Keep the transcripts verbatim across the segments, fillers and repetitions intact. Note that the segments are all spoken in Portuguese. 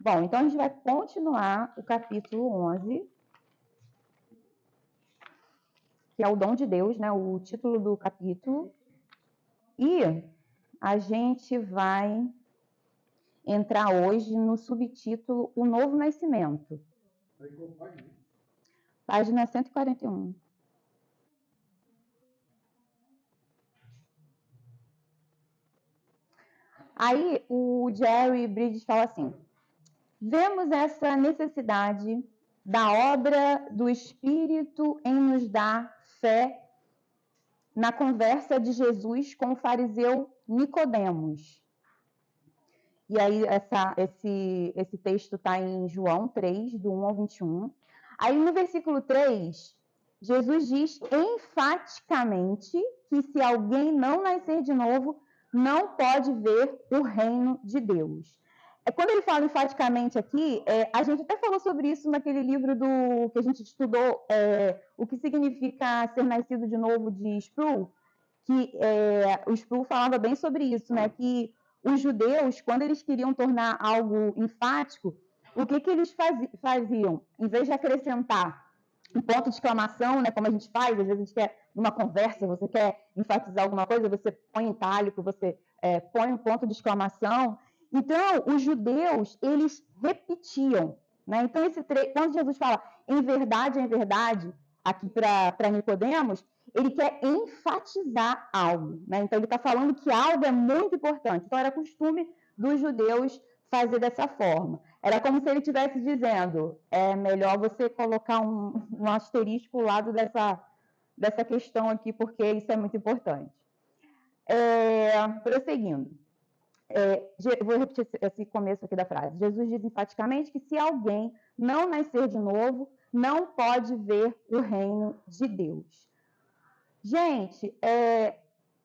Bom, então a gente vai continuar o capítulo onze, que é o dom de Deus, né? O título do capítulo. E a gente vai entrar hoje no subtítulo O Novo Nascimento. Página cento e quarenta e um. Aí o Jerry Bridges fala assim: vemos essa necessidade da obra do Espírito em nos dar fé na conversa de Jesus com o fariseu Nicodemos. E aí essa, esse, esse texto está em João três, do um ao vinte e um. Aí no versículo três, Jesus diz enfaticamente que se alguém não nascer de novo, não pode ver o reino de Deus. É, quando ele fala enfaticamente aqui, é, a gente até falou sobre isso naquele livro do que a gente estudou, é, o que significa ser nascido de novo, de Sproul, que é, o Sproul falava bem sobre isso, né? Que os judeus, quando eles queriam tornar algo enfático, o que, que eles faziam? Em vez de acrescentar um ponto de exclamação, né, como a gente faz, às vezes a gente quer, numa conversa, você quer enfatizar alguma coisa, você põe itálico, você é, põe um ponto de exclamação. Então, os judeus, eles repetiam, né? Então, esse tre... quando Jesus fala em verdade, em verdade, aqui para Nicodemos, ele quer enfatizar algo, né? Então, ele está falando que algo é muito importante. Então, era costume dos judeus fazer dessa forma. Era como se ele estivesse dizendo, é melhor você colocar um, um asterisco ao lado dessa, dessa questão aqui, porque isso é muito importante. É, prosseguindo. É, vou repetir esse começo aqui da frase. Jesus diz enfaticamente que se alguém não nascer de novo, não pode ver o reino de Deus. Gente, é,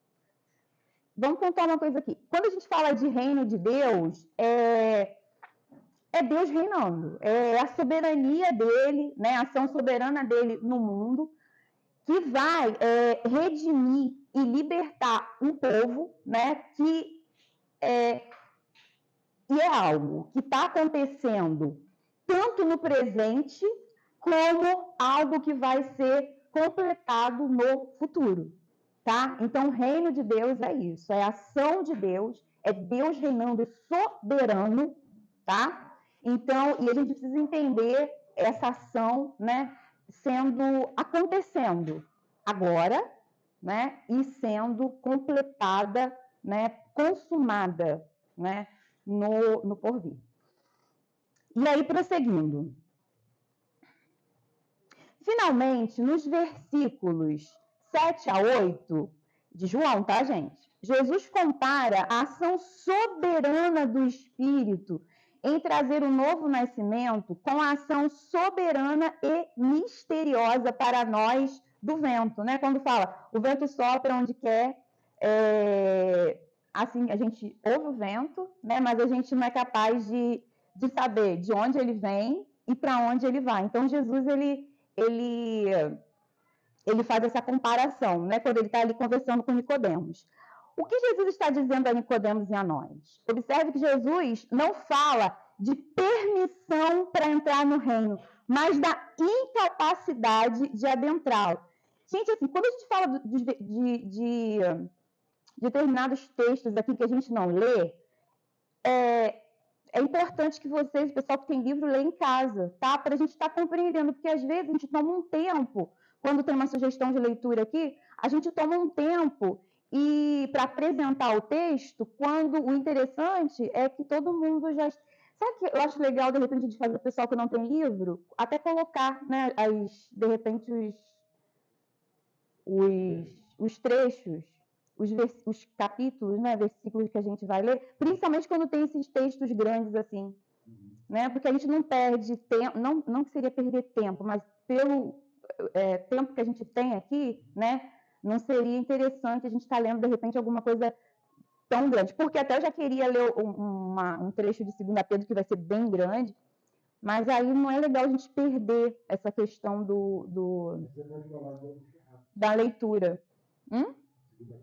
vamos contar uma coisa aqui. Quando a gente fala de reino de Deus, é, é Deus reinando. É a soberania dele, né, a ação soberana dele no mundo, que vai é, redimir e libertar um povo, né, que é, e é algo que está acontecendo tanto no presente como algo que vai ser completado no futuro, tá? Então, o reino de Deus é isso, é a ação de Deus, é Deus reinando soberano, tá? Então, e a gente precisa entender essa ação, né, sendo, acontecendo agora, né, e sendo completada, né, consumada, né, no, no porvir. E aí, prosseguindo. Finalmente, nos versículos sete a oito de João, tá, gente? Jesus compara a ação soberana do Espírito em trazer o novo nascimento com a ação soberana e misteriosa para nós do vento, né? Quando fala, o vento sopra onde quer, é... assim, a gente ouve o vento, né? Mas a gente não é capaz de, de saber de onde ele vem e para onde ele vai. Então, Jesus, ele ele, ele faz essa comparação, né, quando ele está ali conversando com Nicodemos. O que Jesus está dizendo a Nicodemos e a nós? Observe que Jesus não fala de permissão para entrar no reino, mas da incapacidade de adentrá-lo. Gente, assim, quando a gente fala de, de, de, de determinados textos aqui que a gente não lê, é, é importante que vocês, o pessoal que tem livro, lê em casa, tá? Para a gente estar tá compreendendo, porque às vezes a gente toma um tempo, quando tem uma sugestão de leitura aqui, a gente toma um tempo e para apresentar o texto, quando o interessante é que todo mundo já... Sabe que eu acho legal, de repente, de fazer o pessoal que não tem livro, até colocar, né, as, de repente, os, os, os trechos, Os, os capítulos, né, versículos que a gente vai ler, principalmente quando tem esses textos grandes assim, uhum, né, porque a gente não perde tempo, não, não que seria perder tempo, mas pelo é, tempo que a gente tem aqui, né, não seria interessante a gente estar tá lendo, de repente, alguma coisa tão grande, porque até eu já queria ler um, uma, um trecho de segunda Pedro que vai ser bem grande, mas aí não é legal a gente perder essa questão do, do da leitura. Hum?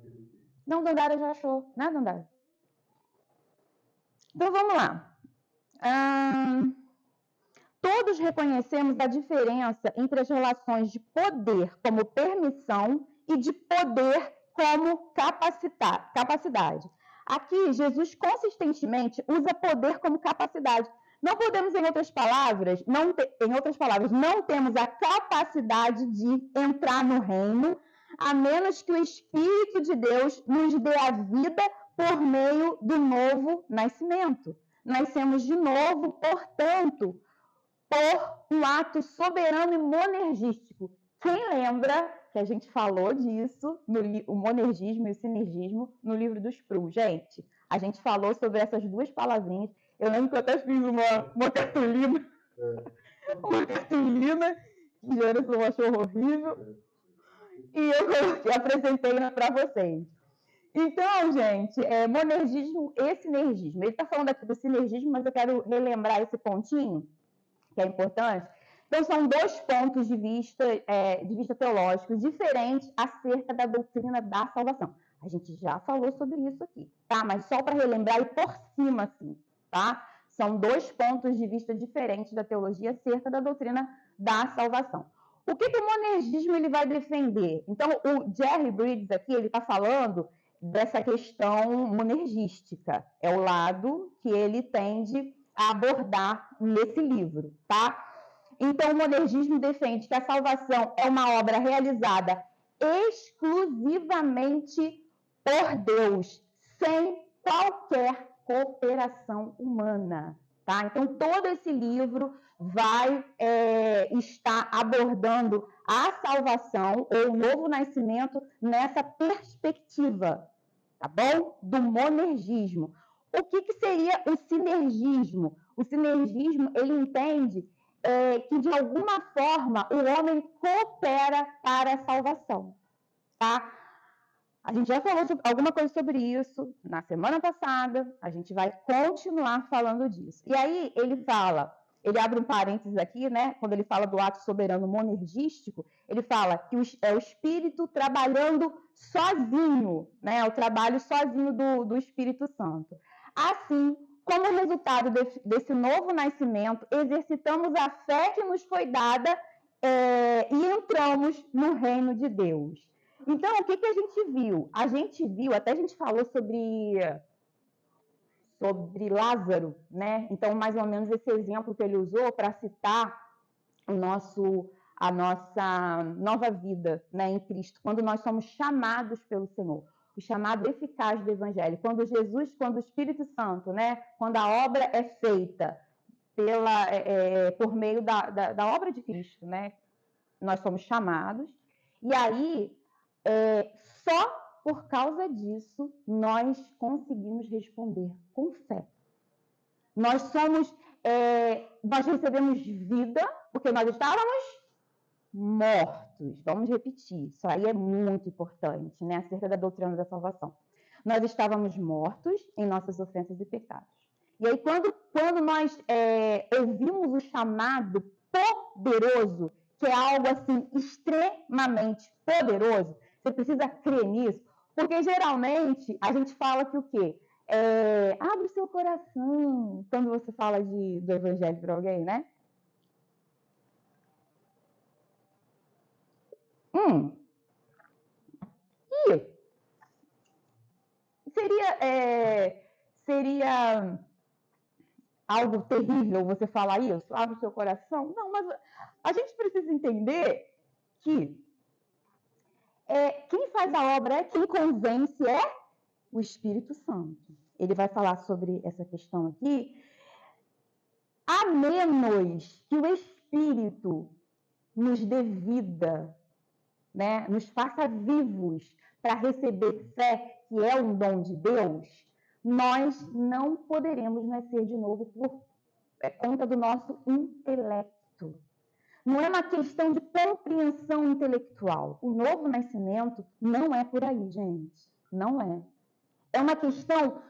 Não, Dandara já achou, né, Dandara? Então, vamos lá. Hum, todos reconhecemos a diferença entre as relações de poder como permissão e de poder como capacidade. Aqui, Jesus consistentemente usa poder como capacidade. Não podemos, em outras palavras, não te, em outras palavras, não temos a capacidade de entrar no reino, a menos que o Espírito de Deus nos dê a vida por meio do novo nascimento. Nascemos de novo, portanto, por um ato soberano e monergístico. Quem lembra que a gente falou disso, no, o monergismo e o sinergismo, no livro do Sproul? Gente, a gente falou sobre essas duas palavrinhas. Eu lembro que eu até fiz uma, uma cartolina, uma cartolina, que Gerson achou horrível, e eu coloquei, apresentei para vocês. Então, gente, é, monergismo e sinergismo. Ele está falando aqui do sinergismo, mas eu quero relembrar esse pontinho, que é importante. Então, são dois pontos de vista, é, de vista teológicos diferentes acerca da doutrina da salvação. A gente já falou sobre isso aqui, tá? Mas só para relembrar e por cima, assim, tá? São dois pontos de vista diferentes da teologia acerca da doutrina da salvação. O que, que o monergismo ele vai defender? Então, o Jerry Bridges aqui, ele está falando dessa questão monergística. É o lado que ele tende a abordar nesse livro, tá? Então, o monergismo defende que a salvação é uma obra realizada exclusivamente por Deus, sem qualquer cooperação humana, tá? Então, todo esse livro vai é, estar abordando a salvação ou o novo nascimento nessa perspectiva, tá bom? Do monergismo. O que, que seria o sinergismo? O sinergismo, ele entende é, que, de alguma forma, o homem coopera para a salvação, tá? A gente já falou sobre, alguma coisa sobre isso na semana passada, a gente vai continuar falando disso. E aí ele fala, ele abre um parênteses aqui, né? Quando ele fala do ato soberano monergístico, ele fala que o, é o Espírito trabalhando sozinho, né? É o trabalho sozinho do, do Espírito Santo. Assim, como resultado desse, desse novo nascimento, exercitamos a fé que nos foi dada é, e entramos no reino de Deus. Então, o que, que a gente viu? A gente viu, até a gente falou sobre, sobre Lázaro, né? Então, mais ou menos esse exemplo que ele usou para citar o nosso, a nossa nova vida, né, em Cristo, quando nós somos chamados pelo Senhor. O chamado eficaz do Evangelho. Quando Jesus, quando o Espírito Santo, né, quando a obra é feita pela, é, por meio da, da, da obra de Cristo, né, nós somos chamados. E aí, é, só por causa disso, nós conseguimos responder com fé. Nós somos, é, nós recebemos vida, porque nós estávamos mortos. Vamos repetir, isso aí é muito importante, né, acerca da doutrina da salvação. Nós estávamos mortos em nossas ofensas e pecados. E aí, quando, quando nós é, ouvimos o chamado poderoso, que é algo assim extremamente poderoso, você precisa crer nisso, porque geralmente a gente fala que o quê? É, abre o seu coração quando você fala de, do evangelho para alguém, né? Hum. E seria, é, seria algo terrível você falar isso? Abre o seu coração? Não, mas a gente precisa entender que é, quem faz a obra é quem convence é o Espírito Santo. Ele vai falar sobre essa questão aqui. A menos que o Espírito nos dê vida, né, nos faça vivos para receber fé, que é um dom de Deus, nós não poderemos nascer de novo por conta do nosso intelecto. Não é uma questão de compreensão intelectual. O novo nascimento não é por aí, gente. Não é. É uma questão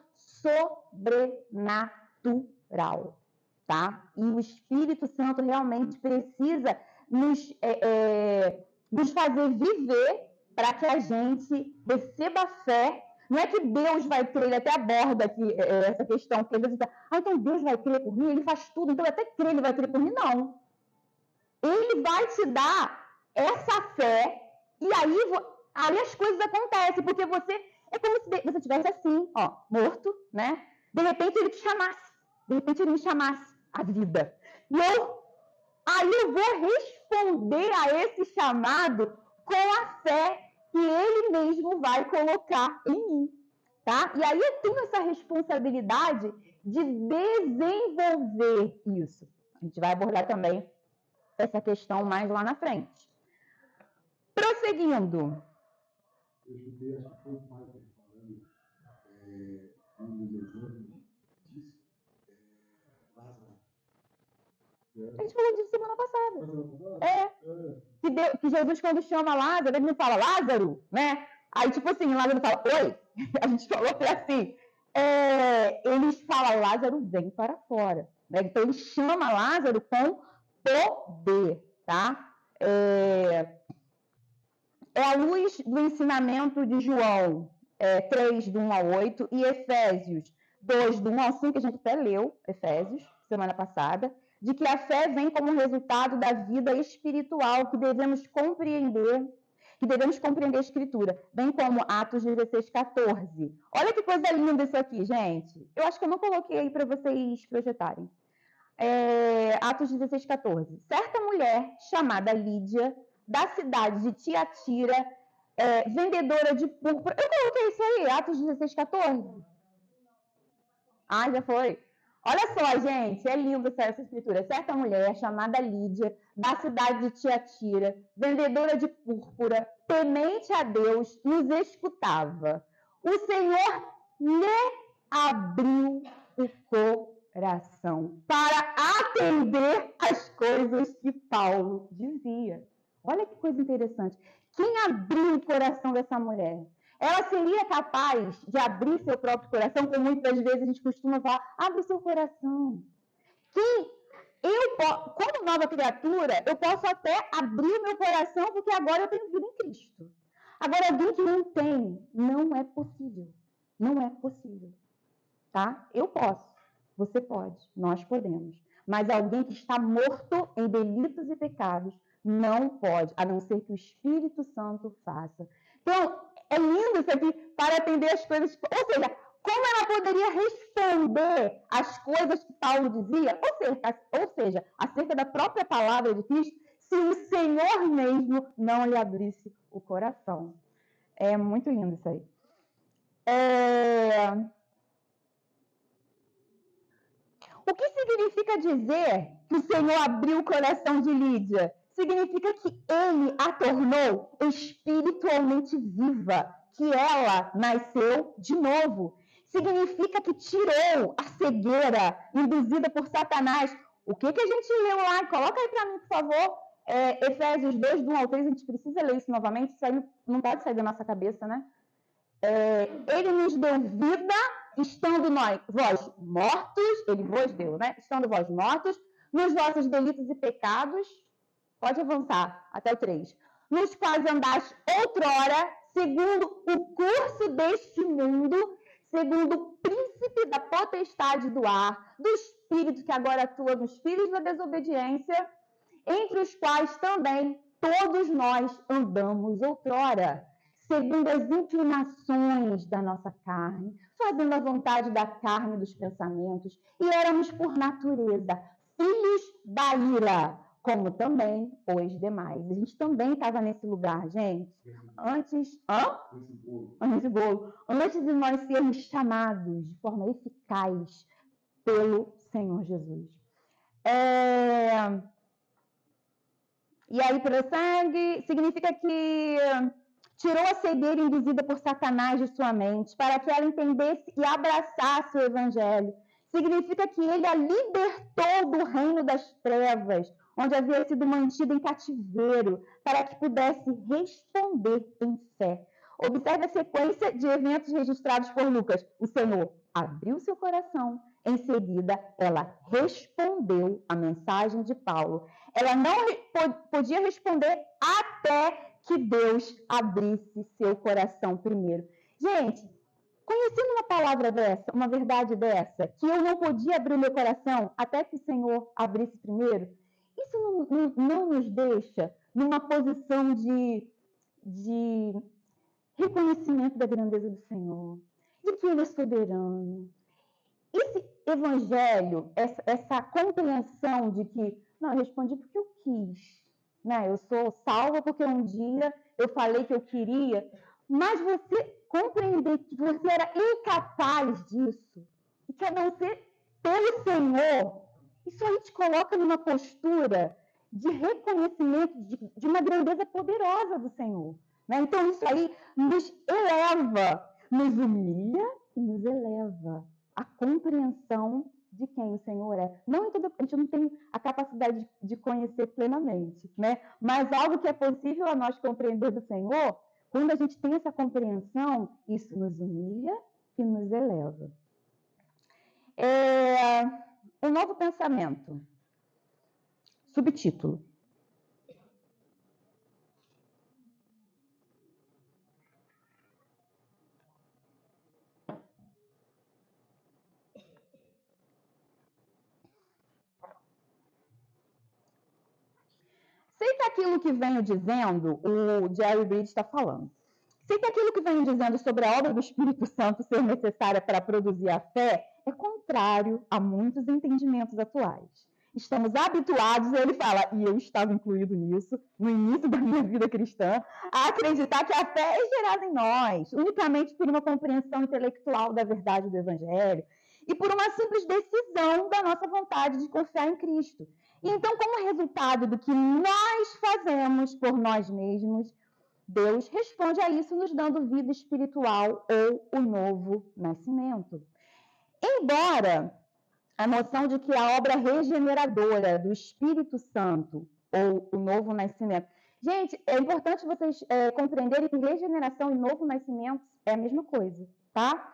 sobrenatural, tá? E o Espírito Santo realmente precisa nos, é, é, nos fazer viver para que a gente receba fé Não é que Deus vai crer, ele até aborda aqui é, essa questão, porque às vezes ah, então Deus vai crer por mim, ele faz tudo, então eu até creio, ele vai crer por mim. Não. Ele vai te dar essa fé, e aí, aí as coisas acontecem, porque você, é como se você estivesse assim, ó, morto, né? De repente ele te chamasse, de repente ele me chamasse à vida. E eu, aí eu vou responder a esse chamado com a fé que ele mesmo vai colocar em mim, tá? E aí eu tenho essa responsabilidade de desenvolver isso. A gente vai abordar também essa questão mais lá na frente. Prosseguindo. Eu escutei, acho que foi o pai falando, é, um dos exemplos disso, é, Lázaro. A gente falou disso semana passada. É. Que, Deus, que Jesus, quando chama Lázaro, ele não fala Lázaro, né? Aí, tipo assim, Lázaro fala, oi. A gente falou que é assim. É, eles falam, Lázaro vem para fora. Né? Então, ele chama Lázaro com poder, tá? É, é a luz do ensinamento de João é, três, do um ao oito, e Efésios dois, do um ao cinco, que a gente até leu, Efésios, semana passada, de que a fé vem como resultado da vida espiritual que devemos compreender, que devemos compreender a Escritura, bem como Atos dezesseis, quatorze. Olha que coisa linda isso aqui, gente. Eu acho que eu não coloquei aí para vocês projetarem. É, Atos dezesseis, quatorze. Certa mulher chamada Lídia, da cidade de Tiatira, é, vendedora de púrpura. Eu coloquei isso aí, Atos dezesseis, quatorze. Ah, já foi. Olha só, gente, é lindo essa escritura. Certa mulher chamada Lídia, da cidade de Tiatira, vendedora de púrpura, temente a Deus, nos escutava. O Senhor lhe abriu o coração para atender as coisas que Paulo dizia. Olha que coisa interessante. Quem abriu o coração dessa mulher? Ela seria capaz de abrir seu próprio coração, como muitas vezes a gente costuma falar, abre seu coração. Quem eu, como nova criatura, eu posso até abrir o meu coração, porque agora eu tenho vida em Cristo. Agora, alguém que não tem, não é possível. Não é possível. Tá? Eu posso. Você pode. Nós podemos. Mas alguém que está morto em delitos e pecados não pode, a não ser que o Espírito Santo faça. Então, é lindo isso aqui para atender as coisas. Ou seja, como ela poderia responder às coisas que Paulo dizia, ou seja, ou seja, acerca da própria palavra de Cristo, se o Senhor mesmo não lhe abrisse o coração. É muito lindo isso aí. É... O que significa dizer que o Senhor abriu o coração de Lídia? Significa que ele a tornou espiritualmente viva, que ela nasceu de novo. Significa que tirou a cegueira induzida por Satanás. O que, que a gente leu lá? Coloca aí para mim, por favor. É, Efésios dois, do um ao três, a gente precisa ler isso novamente, isso aí não pode sair da nossa cabeça, né? É, ele nos deu vida, estando nós, vós mortos, ele vos deu, né? Estando vós mortos, nos vossos delitos e pecados. Pode avançar até o três. Nos quais andaste outrora, segundo o curso deste mundo, segundo o príncipe da potestade do ar, do espírito que agora atua nos filhos da desobediência, entre os quais também todos nós andamos outrora, segundo as inclinações da nossa carne, fazendo a vontade da carne e dos pensamentos, e éramos por natureza filhos da ira, como também os demais. A gente também estava nesse lugar, gente. Antes, hã? Antes de bolo. Antes de nós sermos chamados de forma eficaz pelo Senhor Jesus. É... E aí, prossegue, significa que tirou a cegueira induzida por Satanás de sua mente, para que ela entendesse e abraçasse o Evangelho. Significa que ele a libertou do reino das trevas, onde havia sido mantido em cativeiro, para que pudesse responder em fé. Observe a sequência de eventos registrados por Lucas. O Senhor abriu seu coração, em seguida ela respondeu a mensagem de Paulo. Ela não podia responder até que Deus abrisse seu coração primeiro. Gente, Conhecendo uma palavra dessa, uma verdade dessa, que eu não podia abrir meu coração até que o Senhor abrisse primeiro, isso não, não, não nos deixa numa posição de, de reconhecimento da grandeza do Senhor, de que Ele é soberano. Esse evangelho, essa, essa compreensão de que, não, eu respondi porque eu quis, né? Eu sou salva porque um dia eu falei que eu queria, mas você compreender que você era incapaz disso, e que a não ser pelo Senhor, isso aí te coloca numa postura de reconhecimento de, de uma grandeza poderosa do Senhor. Né? Então, isso aí nos eleva, nos humilha e nos eleva a compreensão de quem o Senhor é. Não, a gente não tem a capacidade de conhecer plenamente, né? Mas algo que é possível a nós compreender do Senhor, quando a gente tem essa compreensão, isso nos humilha e nos eleva. É, um novo pensamento. Subtítulo. Sei que aquilo que venho dizendo, o Jerry Bridges está falando. Sei que aquilo que venho dizendo sobre a obra do Espírito Santo ser necessária para produzir a fé é contrário a muitos entendimentos atuais. Estamos habituados, ele fala, e eu estava incluído nisso, no início da minha vida cristã, a acreditar que a fé é gerada em nós, unicamente por uma compreensão intelectual da verdade do Evangelho e por uma simples decisão da nossa vontade de confiar em Cristo. E então, como resultado do que nós fazemos por nós mesmos, Deus responde a isso nos dando vida espiritual ou o novo nascimento. Embora a noção de que a obra regeneradora do Espírito Santo ou o novo nascimento... Gente, é importante vocês é, compreenderem que regeneração e novo nascimento é a mesma coisa, tá?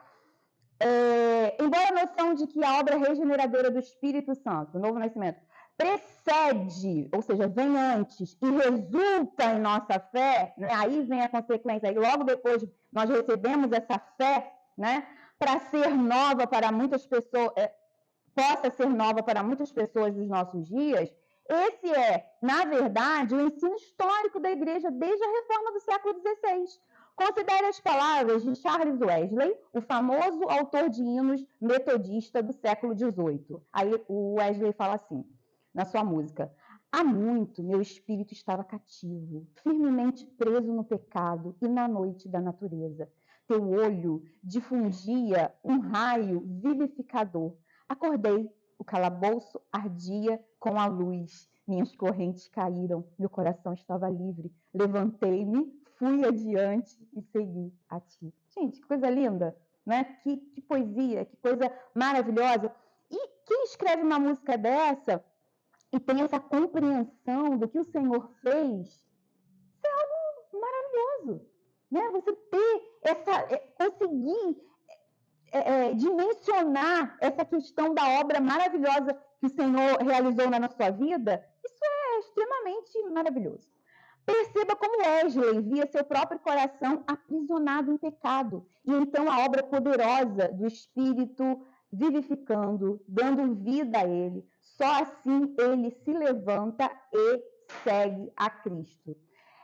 É, embora a noção de que a obra regeneradora do Espírito Santo, o novo nascimento, precede, ou seja, vem antes e resulta em nossa fé, né? Aí vem a consequência, e logo depois nós recebemos essa fé, né, para ser nova para muitas pessoas, é, possa ser nova para muitas pessoas dos nossos dias. Esse é, na verdade, o ensino histórico da igreja desde a reforma do século dezesseis. Considere as palavras de Charles Wesley, o famoso autor de hinos metodista do século dezoito. Aí o Wesley fala assim, na sua música: há muito meu espírito estava cativo, firmemente preso no pecado e na noite da natureza. Teu olho difundia um raio vivificador. Acordei, o calabouço ardia com a luz. Minhas correntes caíram, meu coração estava livre. Levantei-me, fui adiante e segui a ti. Gente, que coisa linda, né? Que, que poesia, que coisa maravilhosa. E quem escreve uma música dessa e tem essa compreensão do que o Senhor fez, isso é algo maravilhoso, né? Você ter essa, é, conseguir é, é, dimensionar essa questão da obra maravilhosa que o Senhor realizou na sua vida, isso é extremamente maravilhoso. Perceba como Wesley via seu próprio coração aprisionado em pecado, e então a obra poderosa do Espírito vivificando, dando vida a ele. Só assim ele se levanta e segue a Cristo.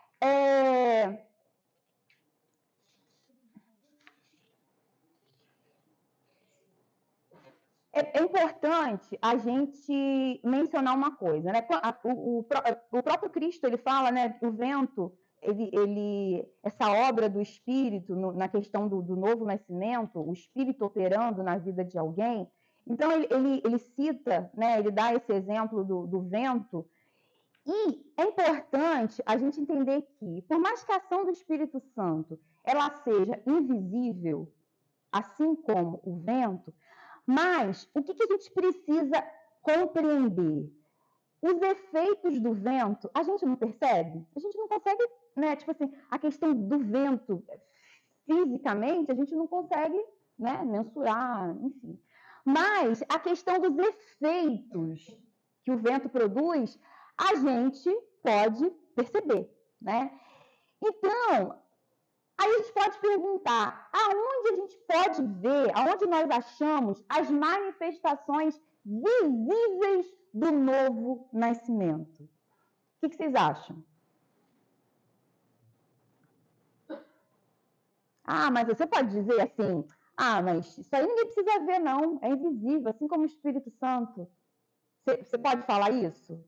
É... É importante a gente mencionar uma coisa, né? O, o, o próprio Cristo, ele fala, né? O vento, ele, ele, essa obra do Espírito, no, na questão do, do novo nascimento, o Espírito operando na vida de alguém. Então, ele, ele, ele cita, né? Ele dá esse exemplo do, do vento. E é importante a gente entender que, por mais que a ação do Espírito Santo ela seja invisível, assim como o vento, mas o que, que a gente precisa compreender? Os efeitos do vento, a gente não percebe? A gente não consegue, né? Tipo assim, a questão do vento, fisicamente, a gente não consegue, né, mensurar, enfim. Mas a questão dos efeitos que o vento produz, a gente pode perceber, né? Então, Aí a gente pode perguntar, aonde a gente pode ver, aonde nós achamos as manifestações visíveis do novo nascimento? O que, que vocês acham? Ah, mas você pode dizer assim, ah, mas isso aí ninguém precisa ver, não, é invisível, assim como o Espírito Santo. Você, você pode falar isso?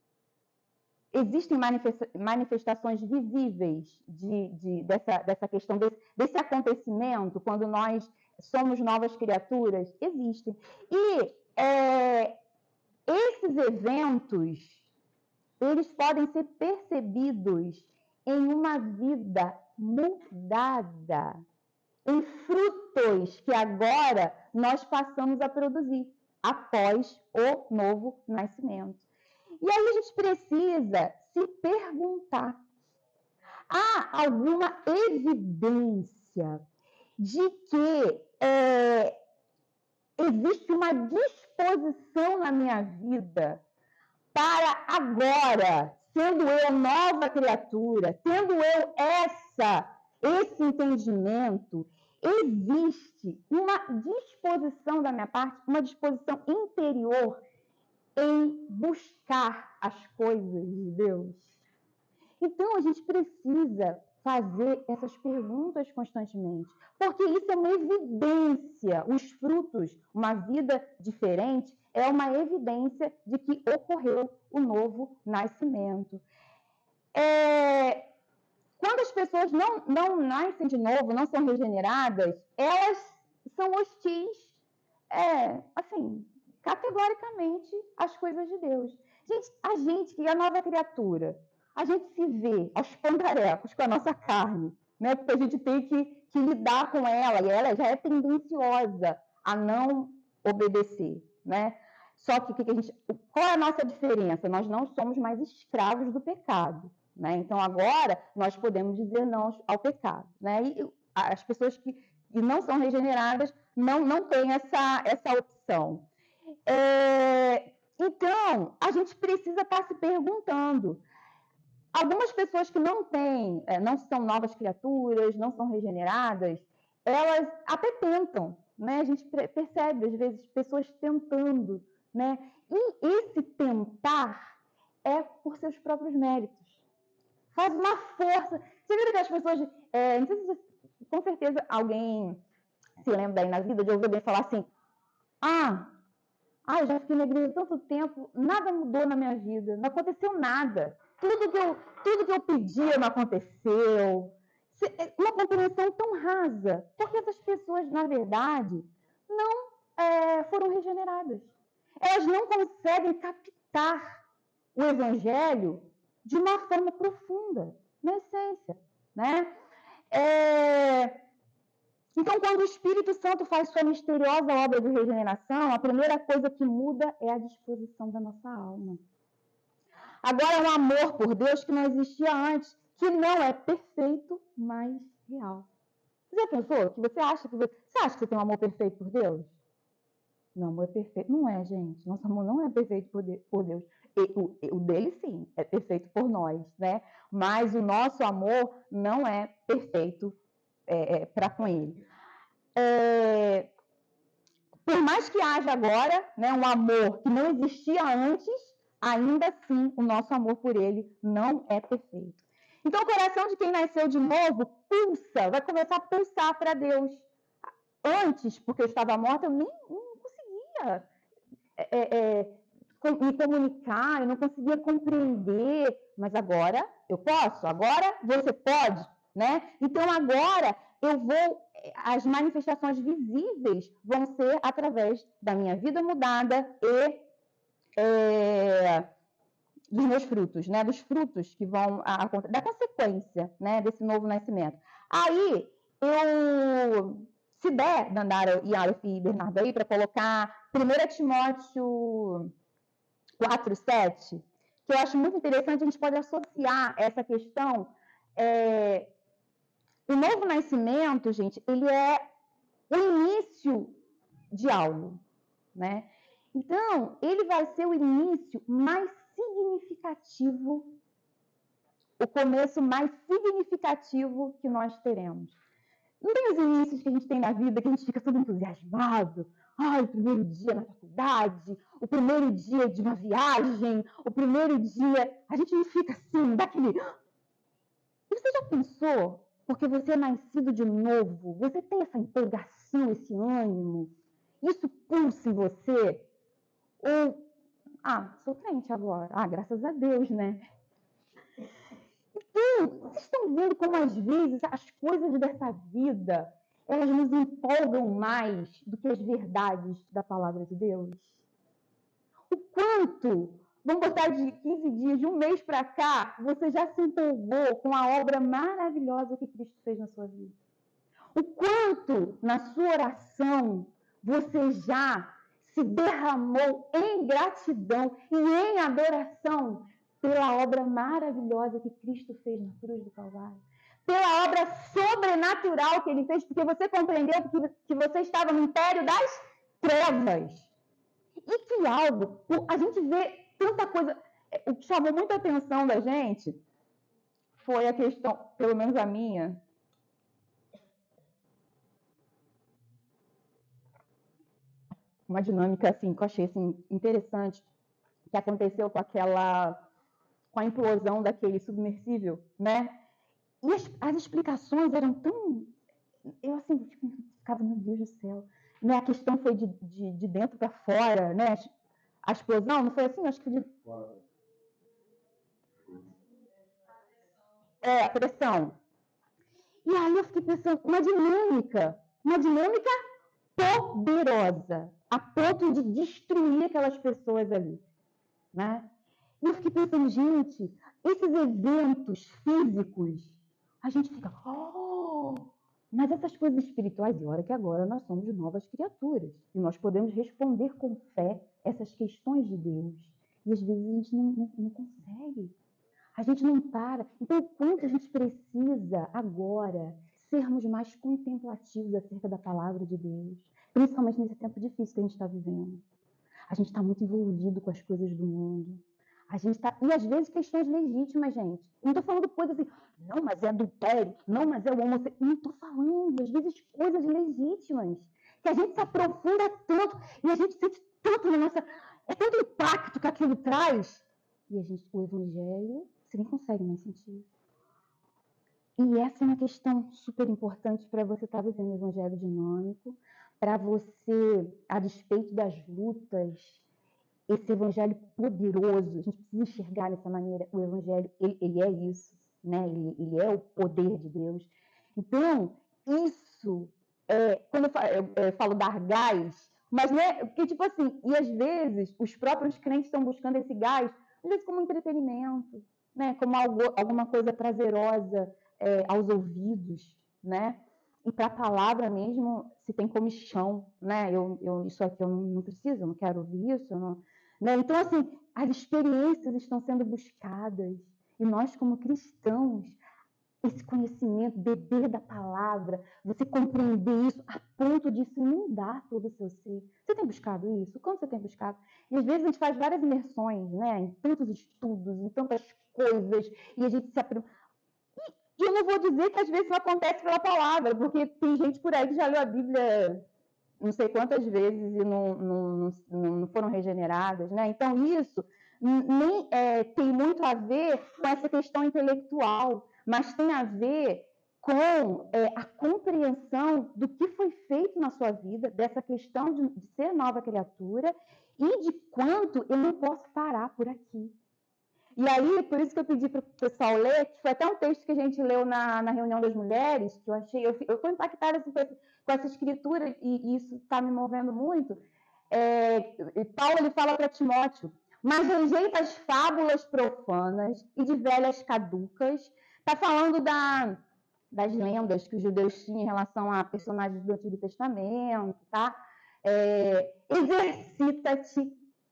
Existem manifestações visíveis de, de, dessa, dessa questão, desse, desse acontecimento, quando nós somos novas criaturas? Existem. E é, esses eventos, eles podem ser percebidos em uma vida mudada, em frutos que agora nós passamos a produzir após o novo nascimento. E aí a gente precisa se perguntar, há alguma evidência de que é, existe uma disposição na minha vida para agora, sendo eu nova criatura, tendo eu essa, esse entendimento, existe uma disposição da minha parte, uma disposição interior em buscar as coisas de Deus. Então, a gente precisa fazer essas perguntas constantemente, porque isso é uma evidência, os frutos, uma vida diferente, é uma evidência de que ocorreu o novo nascimento. É, quando as pessoas não, não nascem de novo, não são regeneradas, elas são hostis, é, assim, categoricamente, as coisas de Deus. Gente, a gente que é a nova criatura, a gente se vê aos pandarecos com a nossa carne, né? Porque a gente tem que, que lidar com ela, e ela já é tendenciosa a não obedecer, né? Só que, que a gente, qual é a nossa diferença? Nós não somos mais escravos do pecado, né? Então, agora, nós podemos dizer não ao pecado, né? E as pessoas que, que não são regeneradas não, não têm essa, essa opção. É, então, a gente precisa estar se perguntando. Algumas pessoas que não têm, não são novas criaturas, não são regeneradas, elas até tentam, né? A gente percebe, às vezes, pessoas tentando, né? E esse tentar é por seus próprios méritos. Faz uma força. Você viu que as pessoas... É, não sei se, com certeza, alguém se lembra aí na vida de ouvir alguém falar assim, ah, ah, eu já fiquei na igreja tanto tempo, nada mudou na minha vida, não aconteceu nada. Tudo que eu, tudo que eu pedia não aconteceu. Uma compreensão tão rasa. Porque essas pessoas, na verdade, não é, foram regeneradas. Elas não conseguem captar o evangelho de uma forma profunda, na essência, né? É... Então, quando o Espírito Santo faz sua misteriosa obra de regeneração, a primeira coisa que muda é a disposição da nossa alma. Agora, é um amor por Deus que não existia antes, que não é perfeito, mas real. Você já pensou que você acha que você, você acha que você tem um amor perfeito por Deus? Não, amor é perfeito. Não é, gente. Nosso amor não é perfeito por Deus. E, o, o dele, sim, é perfeito por nós, né? Mas o nosso amor não é perfeito é, é, para com ele. É, por mais que haja agora, né, um amor que não existia antes, ainda assim o nosso amor por ele não é perfeito. Então o coração de quem nasceu de novo pulsa, vai começar a pulsar para Deus. Antes, porque eu estava morta, eu nem não conseguia é, é, me comunicar, eu não conseguia compreender, mas agora eu posso, agora você pode, né? Então agora eu vou, as manifestações visíveis vão ser através da minha vida mudada e é, dos meus frutos, né? Dos frutos que vão acontecer, da consequência, né? Desse novo nascimento. Aí eu, se der, Dandara e Aleph e Bernardo aí, para colocar primeiro Timóteo quatro, sete, que eu acho muito interessante, a gente pode associar essa questão. É, o novo nascimento, gente, ele é o início de algo, né? Então, ele vai ser o início mais significativo o começo mais significativo que nós teremos. Não tem os inícios que a gente tem na vida, que a gente fica todo entusiasmado. Ai, o primeiro dia na faculdade, o primeiro dia de uma viagem, o primeiro dia... A gente não fica assim, daquele... E você já pensou, porque você é nascido de novo, você tem essa empolgação, esse ânimo, isso pulsa em você? Ou, ah, sou crente agora. Ah, graças a Deus, né? Então, vocês estão vendo como às vezes as coisas dessa vida, elas nos empolgam mais do que as verdades da palavra de Deus? O quanto, vamos botar de quinze dias, de um mês para cá, você já se empolgou com a obra maravilhosa que Cristo fez na sua vida? O quanto, na sua oração, você já se derramou em gratidão e em adoração pela obra maravilhosa que Cristo fez na cruz do Calvário, pela obra sobrenatural que Ele fez, porque você compreendeu que você estava no império das trevas. E que algo, a gente vê tanta coisa, o que chamou muita atenção da gente foi a questão, pelo menos a minha, uma dinâmica assim, que eu achei assim, interessante, que aconteceu com aquela, com a implosão daquele submersível, né? E as, as explicações eram tão, eu assim, ficava, meu Deus do céu, né? A questão foi de, de, de dentro para fora, né? A explosão, não foi assim? Acho que foi de... É, a pressão. E aí eu fiquei pensando, uma dinâmica, uma dinâmica poderosa, a ponto de destruir aquelas pessoas ali, né? E eu fiquei pensando, gente, esses eventos físicos, a gente fica, oh! Mas essas coisas espirituais, e olha que agora nós somos novas criaturas, e nós podemos responder com fé essas questões de Deus. E às vezes a gente não, não, não consegue. A gente não para. Então, o quanto a gente precisa agora sermos mais contemplativos acerca da palavra de Deus, principalmente nesse tempo difícil que a gente está vivendo. A gente está muito envolvido com as coisas do mundo. A gente tá... E às vezes questões legítimas, gente. Não estou falando coisas assim, não, mas é adultério, não, mas é o homossexual. Não estou falando, às vezes, coisas legítimas. Que a gente se aprofunda tanto e a gente sente tanto na nossa. É tanto impacto que aquilo traz. E a gente, o evangelho, você nem consegue mais sentir. E essa é uma questão super importante para você estar tá vivendo o evangelho dinâmico, para você, a despeito das lutas, esse evangelho poderoso, a gente precisa enxergar dessa maneira, o evangelho, ele, ele é isso, né? ele, ele é o poder de Deus. Então, isso, é, quando eu falo, eu, eu falo dar gás, mas não é, porque tipo assim, e às vezes os próprios crentes estão buscando esse gás, às vezes como entretenimento, né? Como algo, alguma coisa prazerosa é, aos ouvidos, né? E para a palavra mesmo, se tem comichão, né? Eu, eu, isso aqui eu não preciso, eu não quero ouvir isso, eu não... Né? Então, assim, as experiências estão sendo buscadas. E nós, como cristãos, esse conhecimento, beber da palavra, você compreender isso a ponto disso inundar todo o seu ser. Você tem buscado isso? Como você tem buscado? E às vezes a gente faz várias imersões, né? Em tantos estudos, em tantas coisas, e a gente se aprende. E eu não vou dizer que às vezes não acontece pela palavra, porque tem gente por aí que já leu a Bíblia não sei quantas vezes e não, não, não, não foram regeneradas, né? Então, isso nem, é, tem muito a ver com essa questão intelectual, mas tem a ver com é, a compreensão do que foi feito na sua vida, dessa questão de, de ser nova criatura e de quanto eu não posso parar por aqui. E aí, por isso que eu pedi para o pessoal ler, que foi até um texto que a gente leu na, na reunião das mulheres, que eu achei, eu, eu fui impactada assim, com essa escritura, e, e isso está me movendo muito. É, Paulo ele fala para Timóteo, mas rejeita as fábulas profanas e de velhas caducas. Está falando da, das lendas que os judeus tinham em relação a personagens do Antigo Testamento, tá? É, exercita-te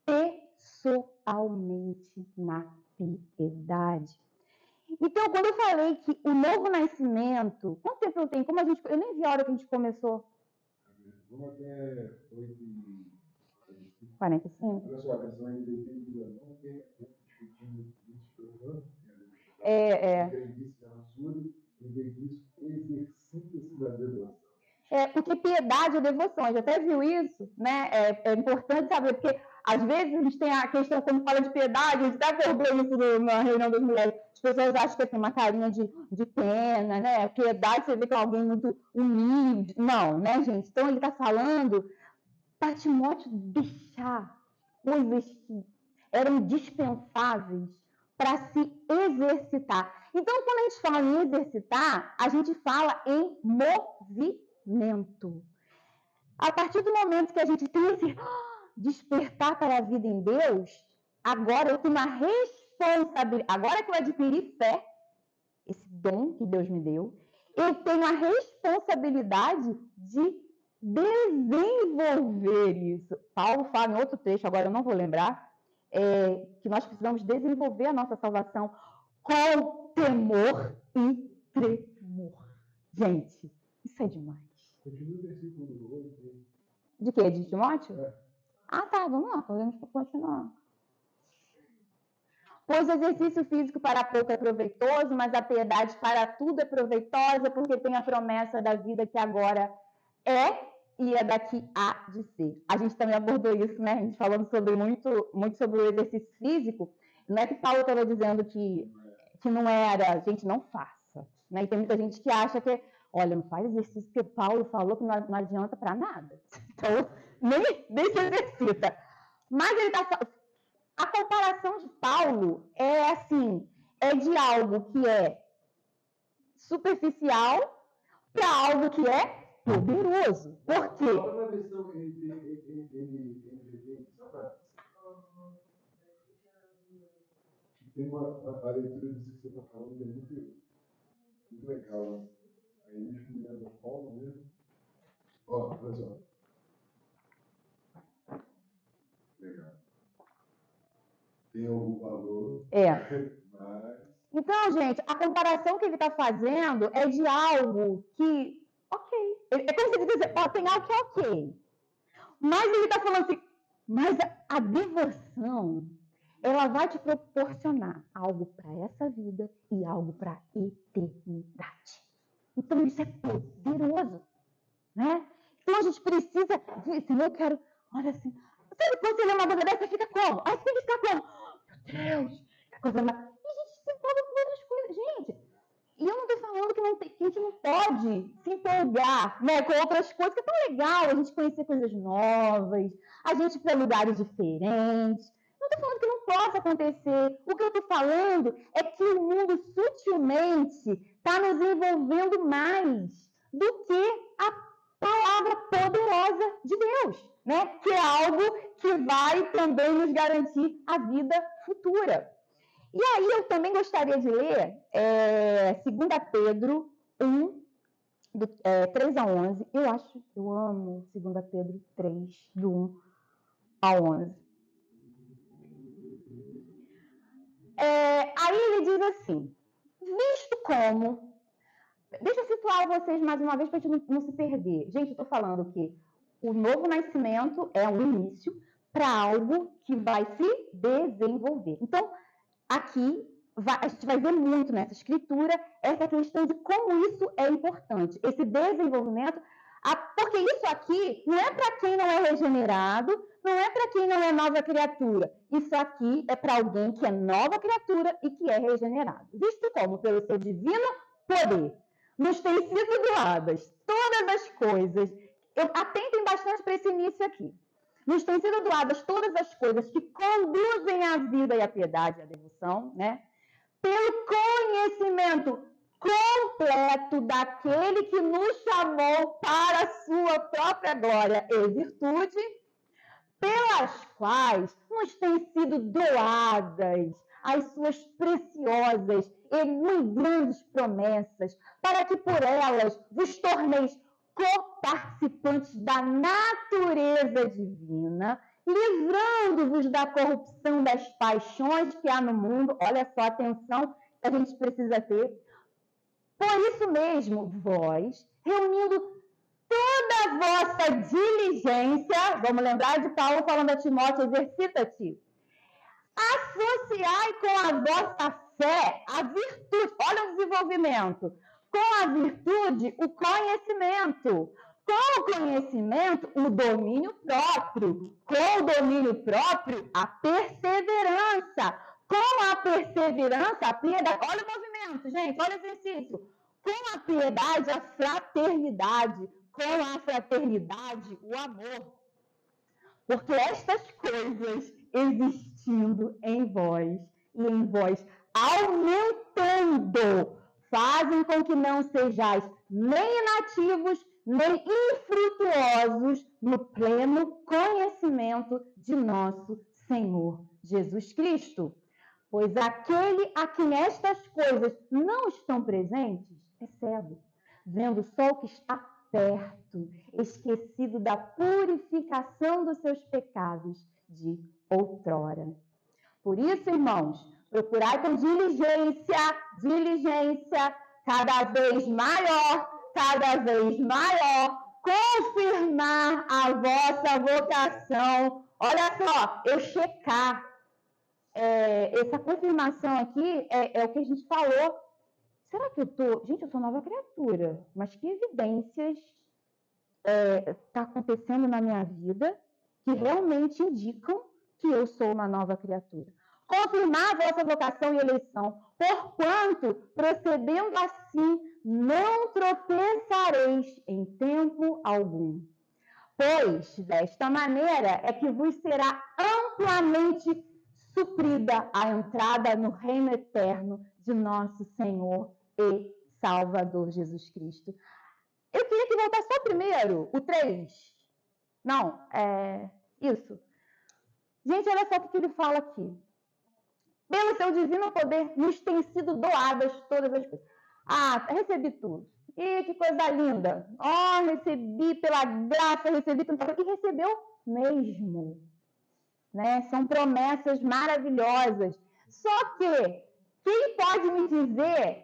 pessoalmente na piedade. Então, quando eu falei que o novo nascimento, quanto tempo eu tenho? Como a gente, eu nem vi a hora que a gente começou. Vamos até oito e quarenta e cinco. Olha só, a questão é que não tem discutindo isso. É, é. Crendice rancúnia, em vez disso, exercita-se da devoção. É, porque piedade é devoção, a gente até viu isso, né? É, é importante saber, porque às vezes a gente tem a questão, quando fala de piedade, a gente até percebeu isso no, na reunião das mulheres, as pessoas acham que tem uma carinha de, de pena, né? Piedade, você vê que é alguém muito humilde. Não, né, gente? Então ele está falando para Timóteo deixar coisas que eram dispensáveis para se exercitar. Então, quando a gente fala em exercitar, a gente fala em movimento. A partir do momento que a gente tem esse despertar para a vida em Deus, agora eu tenho uma responsabilidade. Agora que eu adquiri fé, esse dom que Deus me deu, eu tenho a responsabilidade de desenvolver isso. Paulo fala em outro trecho, agora eu não vou lembrar, é, que nós precisamos desenvolver a nossa salvação com temor e tremor. Gente, isso é demais. Continua o versículo oito. De quê? De Timóteo? É. Ah, tá, vamos lá, podemos continuar. Pois o exercício físico para pouco é proveitoso, mas a piedade para tudo é proveitosa, porque tem a promessa da vida que agora é e é daqui há de ser. A gente também abordou isso, né? A gente falando sobre muito, muito sobre o exercício físico. Não é que Paulo estava dizendo que, que não era, gente, não faça. Né? E tem muita gente que acha que, olha, não faz exercício porque Paulo falou que não, não adianta para nada. Então, nem, nem se exercita. Mas ele está a comparação de Paulo é assim, é de algo que é superficial para algo que é poderoso. Por quê? Fala na versão N V B, tem uma a, a leitura disso que você está falando que é muito, muito legal. Né? Aí me explicando a Paulo mesmo. Ó, olha só. Legal. Tem algum valor. É. Mas... Então, gente, a comparação que ele está fazendo é de algo que, ok. É como se ele dissesse, ó, tem algo que é ok. Mas ele está falando assim, mas a, a devoção, ela vai te proporcionar algo para essa vida e algo para a eternidade. Então, isso é poderoso, né? Então, a gente precisa ver, Senhor, eu quero, olha assim, sabe quando você lê uma coisa dessa, você fica como? Aí você tem que ficar como? Meu Deus, que coisa mais... E a gente se empolga com outras coisas, gente. E eu não estou falando que, não tem, que a gente não pode se empolgar, né, com outras coisas, que é tão legal a gente conhecer coisas novas, a gente ir para lugares diferentes. Não estou falando que não possa acontecer. O que eu estou falando é que o mundo sutilmente está nos envolvendo mais do que a palavra poderosa de Deus, né? Que é algo que vai também nos garantir a vida futura. E aí eu também gostaria de ler é, dois Pedro um, do, é, três a onze. Eu acho, eu amo dois Pedro três, do um ao onze. É, aí ele diz assim, visto como... Deixa eu situar vocês mais uma vez para a gente não, não se perder. Gente, eu estou falando que o novo nascimento é um início para algo que vai se desenvolver. Então, aqui, vai, a gente vai ver muito nessa escritura essa questão de como isso é importante. Esse desenvolvimento, a, porque isso aqui não é para quem não é regenerado, não é para quem não é nova criatura. Isso aqui é para alguém que é nova criatura e que é regenerado. Visto como, pelo seu divino poder, nos têm sido doadas todas as coisas. Eu, atentem bastante para esse início aqui. Nos têm sido doadas todas as coisas que conduzem à vida e à piedade e à devoção, né? Pelo conhecimento completo daquele que nos chamou para a sua própria glória e virtude, pelas quais nos têm sido doadas as suas preciosas e muito grandes promessas, para que por elas vos torneis co-participantes da natureza divina, livrando-vos da corrupção das paixões que há no mundo. Olha só a atenção que a gente precisa ter. Por isso mesmo, vós, reunindo toda a vossa diligência, vamos lembrar de Paulo falando a Timóteo, exercita-te, Associai com a vossa fé a virtude. Olha o desenvolvimento. Com a virtude, o conhecimento. Com o conhecimento, o domínio próprio. Com o domínio próprio, a perseverança. Com a perseverança, a piedade. Olha o movimento, gente, olha o exercício. Com a piedade, a fraternidade. Com a fraternidade, o amor. Porque estas coisas existindo em vós e em vós aumentando, fazem com que não sejais nem inativos, nem infrutuosos no pleno conhecimento de nosso Senhor Jesus Cristo. Pois aquele a quem estas coisas não estão presentes é cego, vendo só o que está perto, esquecido da purificação dos seus pecados de outrora. Por isso, irmãos, procurai com diligência, diligência, cada vez maior, cada vez maior, confirmar a vossa vocação. Olha só, eu checar. É, essa confirmação aqui é, é o que a gente falou. Será que eu tô... Gente, eu sou nova criatura, mas que evidências está acontecendo na minha vida que realmente indicam que eu sou uma nova criatura? Confirmar a vossa vocação e eleição, porquanto, procedendo assim, não tropeçareis em tempo algum. Pois, desta maneira, é que vos será amplamente suprida a entrada no reino eterno de nosso Senhor e Salvador Jesus Cristo. Eu queria que voltasse só primeiro, o três. Não, é isso. Gente, olha só o que ele fala aqui. Pelo seu divino poder, nos têm sido doadas todas as coisas. Ah, recebi tudo. Ih, que coisa linda. Oh, recebi pela graça, recebi tudo. E recebeu mesmo. Né? São promessas maravilhosas. Só que, quem pode me dizer,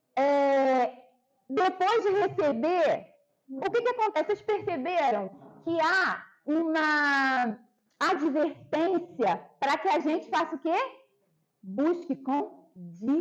é, depois de receber, o que, que acontece? Vocês perceberam que há uma advertência para que a gente faça o quê? Busque com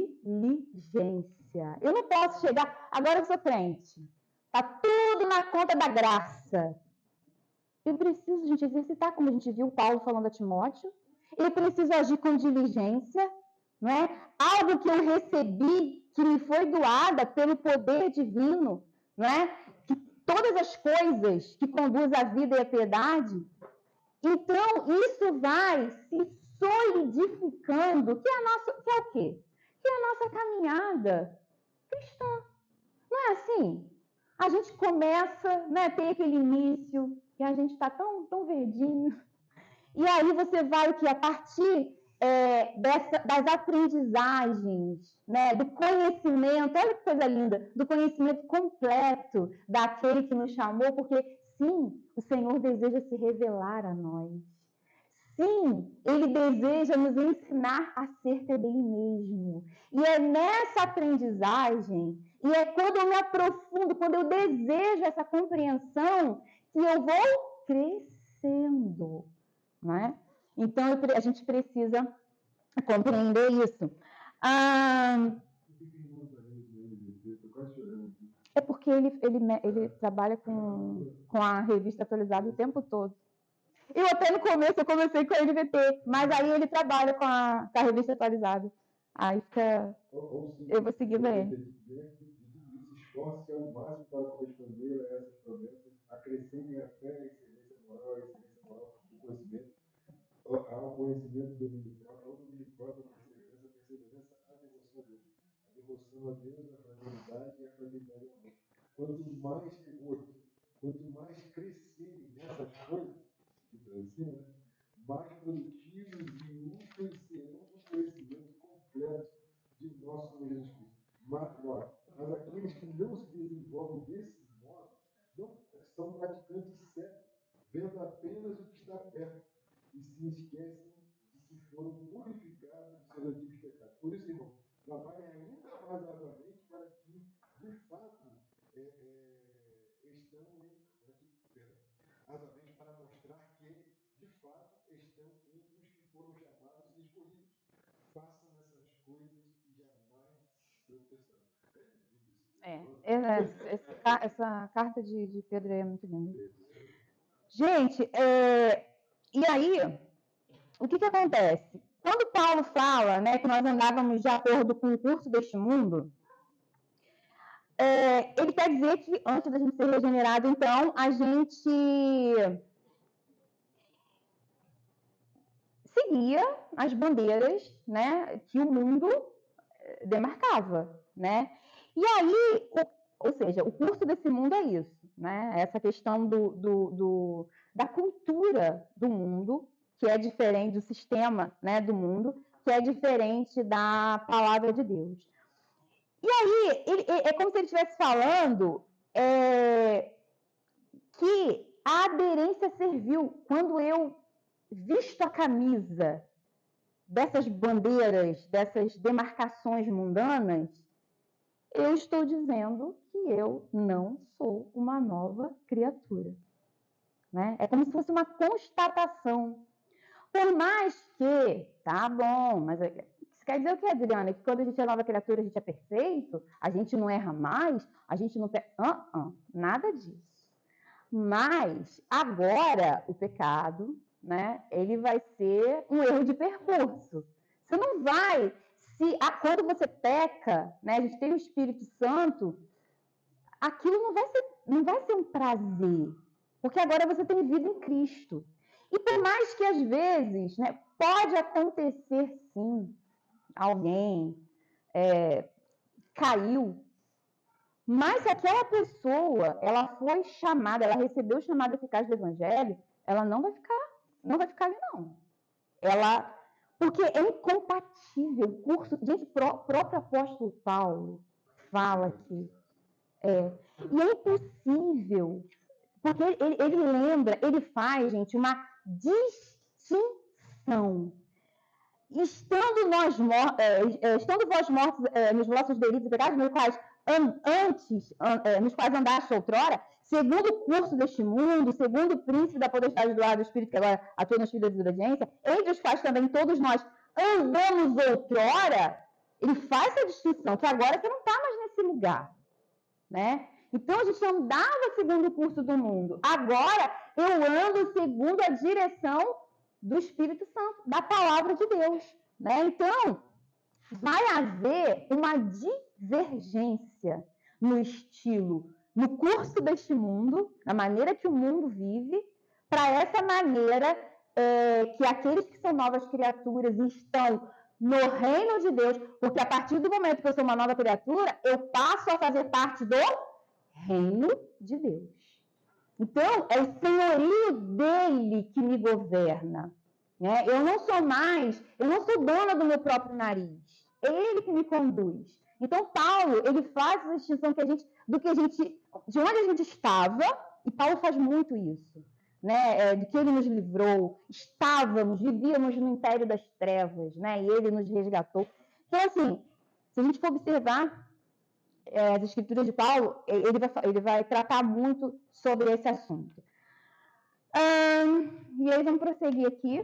diligência. Eu não posso chegar, agora eu sou crente, está tudo na conta da graça. Eu preciso, gente, exercitar, como a gente viu Paulo falando a Timóteo. Eu preciso agir com diligência, não é? Algo que eu recebi, que me foi doada pelo poder divino, não é? Que todas as coisas que conduzem à vida e à piedade. Então, isso vai se solidificando, que é, a nossa, que é o quê? Que é a nossa caminhada cristã. Não é assim? A gente começa, né, tem aquele início, que a gente está tão, tão verdinho. E aí você vai o que? A partir é, dessa, das aprendizagens, né, do conhecimento, olha que coisa linda, do conhecimento completo daquele que nos chamou, porque sim, o Senhor deseja se revelar a nós. Sim, Ele deseja nos ensinar a ser também mesmo. E é nessa aprendizagem, e é quando eu me aprofundo, quando eu desejo essa compreensão, que eu vou crescendo. Não é? Então, a gente precisa compreender isso. Ah, é porque ele, ele, ele trabalha com, com a revista atualizada o tempo todo. Eu até no começo eu comecei com a N V T, mas aí ele trabalha com a, com a revista atualizada. Aí fica... Eu vou seguindo ele. Se esforce ao máximo para corresponder a essas promessas, acrescentem a fé, a excelência moral, a excelência moral, o conhecimento, ao conhecimento do domínio próprio, ao domínio próprio, a perseverança, a perseverança, a devoção a Deus. A devoção a Deus, a fraternidade e a fraternidade ao amor. Quanto mais devoto, quanto mais crescerem nessas coisas, assim, né? Mais produtivos e úteis serão no conhecimento completo de nosso Senhor Jesus Cristo. Mas, ó, mas aqueles que não se desenvolvem desse modo não são praticantes cegos, vendo apenas o que está perto e se esquecem de que foram purificados dos seus antigos pecados. Por isso, irmão, trabalhem ainda mais arduamente para que, de fato, é, é, estão em arduamente para mostrar que, de fato, estão entre os que foram chamados e escolhidos. Façam essas coisas e jamais tropeçarão. É, essa, essa, essa carta de, de Pedro é muito linda. Gente, é, e aí, o que, que acontece? Quando Paulo fala, né, que nós andávamos de acordo com o curso deste mundo, é, ele quer dizer que antes da gente ser regenerado, então, a gente seguia as bandeiras, né, que o mundo demarcava, né? E aí, o, ou seja, o curso desse mundo é isso, né? Essa questão do, do, do, da cultura do mundo, que é diferente do sistema, né, do mundo, que é diferente da palavra de Deus. E aí, ele, é como se ele estivesse falando é, que a aderência serviu quando eu visto a camisa dessas bandeiras, dessas demarcações mundanas, eu estou dizendo que eu não sou uma nova criatura. Né? É como se fosse uma constatação. Por mais que, tá bom, mas isso quer dizer o que, Adriana? Que quando a gente é nova criatura, a gente é perfeito? A gente não erra mais? A gente não... Uh -uh, nada disso. Mas, agora, o pecado, né, ele vai ser um erro de percurso. Você não vai... Se, a, quando você peca, né, a gente tem o Espírito Santo, aquilo não vai ser, não vai ser um prazer, porque agora você tem vida em Cristo. E por mais que às vezes, né, pode acontecer sim, alguém é, caiu, mas se aquela pessoa, ela foi chamada, ela recebeu o chamado eficaz do Evangelho, ela não vai ficar, não vai ficar ali não. Ela, porque é incompatível o curso, gente, o próprio apóstolo Paulo fala aqui, é, e é impossível, porque ele, ele lembra, ele faz, gente, uma distinção. Estando nós, é, estando vós mortos é, nos vossos delitos e pecados, nos quais antes, é, nos quais andaste outrora, segundo o curso deste mundo, segundo o príncipe da potestade do ar do Espírito, que agora atua nos filhos da desobediência, entre os quais também todos nós andamos outrora, ele faz essa distinção, que agora você não está mais nesse lugar. Né? Então, a gente andava segundo o curso do mundo. Agora, eu ando segundo a direção do Espírito Santo, da palavra de Deus. Né? Então, vai haver uma divergência no estilo, no curso deste mundo, na maneira que o mundo vive, para essa maneira é, que aqueles que são novas criaturas estão no reino de Deus, porque a partir do momento que eu sou uma nova criatura, eu passo a fazer parte do reino de Deus. Então, é o senhorio dele que me governa. Né? Eu não sou mais, eu não sou dona do meu próprio nariz. É ele que me conduz. Então, Paulo, ele faz essa distinção que a gente, do que a gente, de onde a gente estava, e Paulo faz muito isso. Né, é, de que ele nos livrou, estávamos, vivíamos no império das trevas, né, e ele nos resgatou. Então, assim, se a gente for observar é, as escrituras de Paulo, ele vai, ele vai tratar muito sobre esse assunto. Hum, e aí, vamos prosseguir aqui.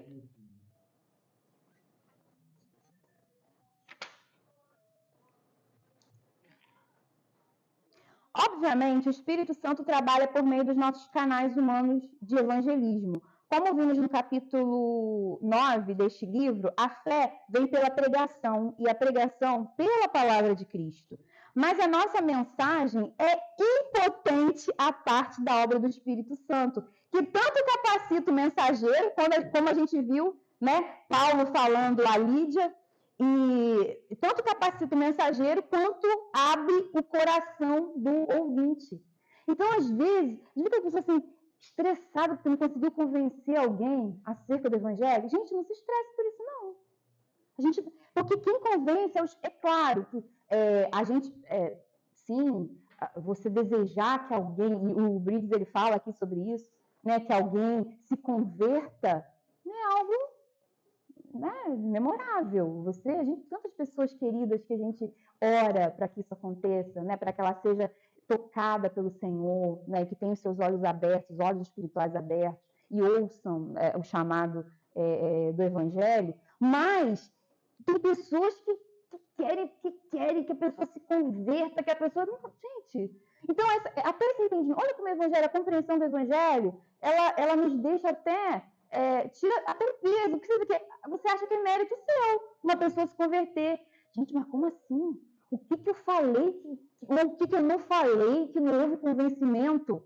Obviamente, o Espírito Santo trabalha por meio dos nossos canais humanos de evangelismo. Como vimos no capítulo nove deste livro, a fé vem pela pregação e a pregação pela palavra de Cristo. Mas a nossa mensagem é impotente à parte da obra do Espírito Santo, que tanto capacita o mensageiro, como a gente viu, né, Paulo falando a Lídia, e tanto capacita o mensageiro quanto abre o coração do ouvinte. Então, às vezes, às vezes a pessoa assim, estressada porque não conseguiu convencer alguém acerca do evangelho. Gente, não se estresse por isso, não. A gente, porque quem convence, é, os, é claro que é, a gente, é, sim, você desejar que alguém, e o Briggs ele fala aqui sobre isso, né, que alguém se converta, não é algo, né, memorável. Você, a gente, tantas pessoas queridas que a gente ora para que isso aconteça, né, para que ela seja tocada pelo Senhor, né, que tenha os seus olhos abertos, os olhos espirituais abertos, e ouçam é, o chamado é, do Evangelho, mas tem pessoas que, que, querem, que querem que a pessoa se converta, que a pessoa... Não, gente, então, essa, até esse entendimento, olha como o Evangelho, a compreensão do Evangelho, ela, ela nos deixa até... É, tira até o peso, porque você acha que é mérito seu uma pessoa se converter. Gente, mas como assim? O que, que eu falei, que, ou o que, que eu não falei, que não houve convencimento?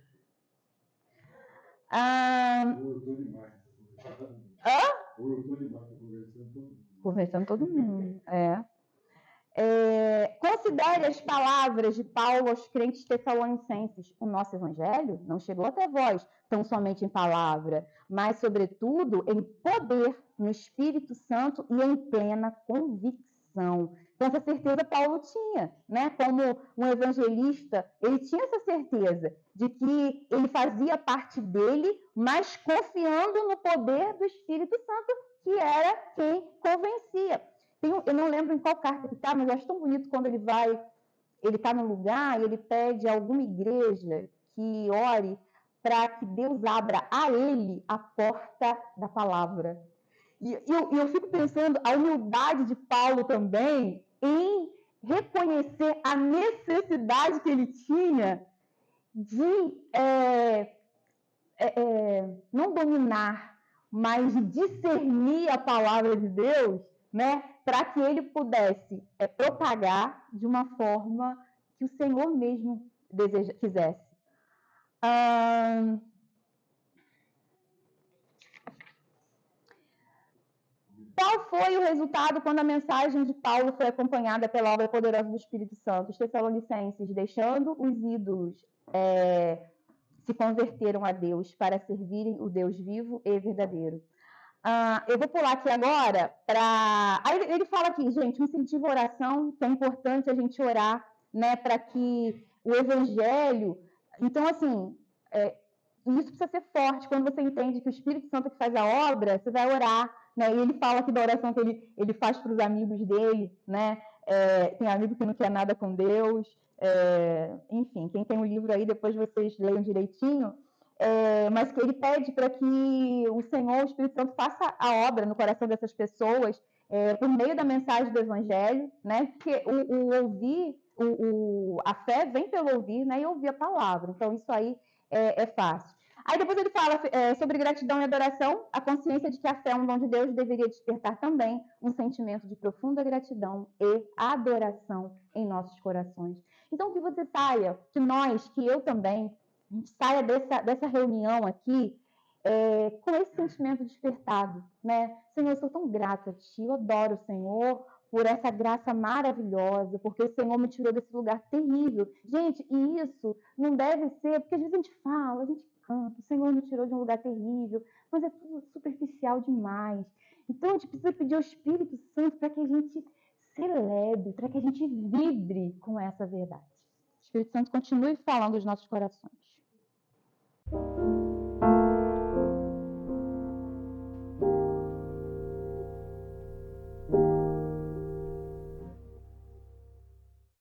Ah, conversando todo mundo. É. É, considere as palavras de Paulo aos crentes tessalonicenses. O nosso evangelho não chegou até vós tão somente em palavra, mas, sobretudo, em poder, no Espírito Santo e em plena convicção. Então, essa certeza Paulo tinha, né? Como um evangelista, ele tinha essa certeza de que ele fazia parte dele, mas confiando no poder do Espírito Santo, que era quem convencia. Tem um, eu não lembro em qual carta que está, mas eu acho tão bonito quando ele vai, ele está no lugar e ele pede a alguma igreja que ore para que Deus abra a ele a porta da palavra. E eu, eu fico pensando a humildade de Paulo também em reconhecer a necessidade que ele tinha de é, é, é, não dominar, mas de discernir a palavra de Deus, né, para que ele pudesse é, propagar de uma forma que o Senhor mesmo deseja, quisesse. Hum... Qual foi o resultado quando a mensagem de Paulo foi acompanhada pela obra poderosa do Espírito Santo? Os tessalonicenses, deixando os ídolos, é, se converteram a Deus para servirem o Deus vivo e verdadeiro. Uh, eu vou pular aqui agora para... Aí ele fala aqui, gente, incentivo a oração, que é importante a gente orar, né, para que o evangelho... Então, assim, é, isso precisa ser forte. Quando você entende que o Espírito Santo que faz a obra, você vai orar, né? E ele fala aqui da oração que ele, ele faz para os amigos dele, né? É, tem amigo que não quer nada com Deus. É, enfim, quem tem o um livro aí, depois vocês leiam direitinho. É, mas que ele pede para que o Senhor, o Espírito Santo, faça a obra no coração dessas pessoas é, por meio da mensagem do Evangelho, né? Porque o, o ouvir, o, o, a fé vem pelo ouvir, né? E ouvir a palavra. Então, isso aí é, é fácil. Aí depois ele fala é, sobre gratidão e adoração, a consciência de que a fé é um dom de Deus deveria despertar também um sentimento de profunda gratidão e adoração em nossos corações. Então, que você saia, que nós, que eu também, a gente saia dessa, dessa reunião aqui é, com esse sentimento despertado, né? Senhor, eu sou tão grata a Ti, eu adoro o Senhor por essa graça maravilhosa, porque o Senhor me tirou desse lugar terrível. Gente, e isso não deve ser, porque às vezes a gente fala, a gente canta, o Senhor me tirou de um lugar terrível, mas é tudo superficial demais. Então, a gente precisa pedir ao Espírito Santo para que a gente celebre, para que a gente vibre com essa verdade. O Espírito Santo continue falando aos nossos corações.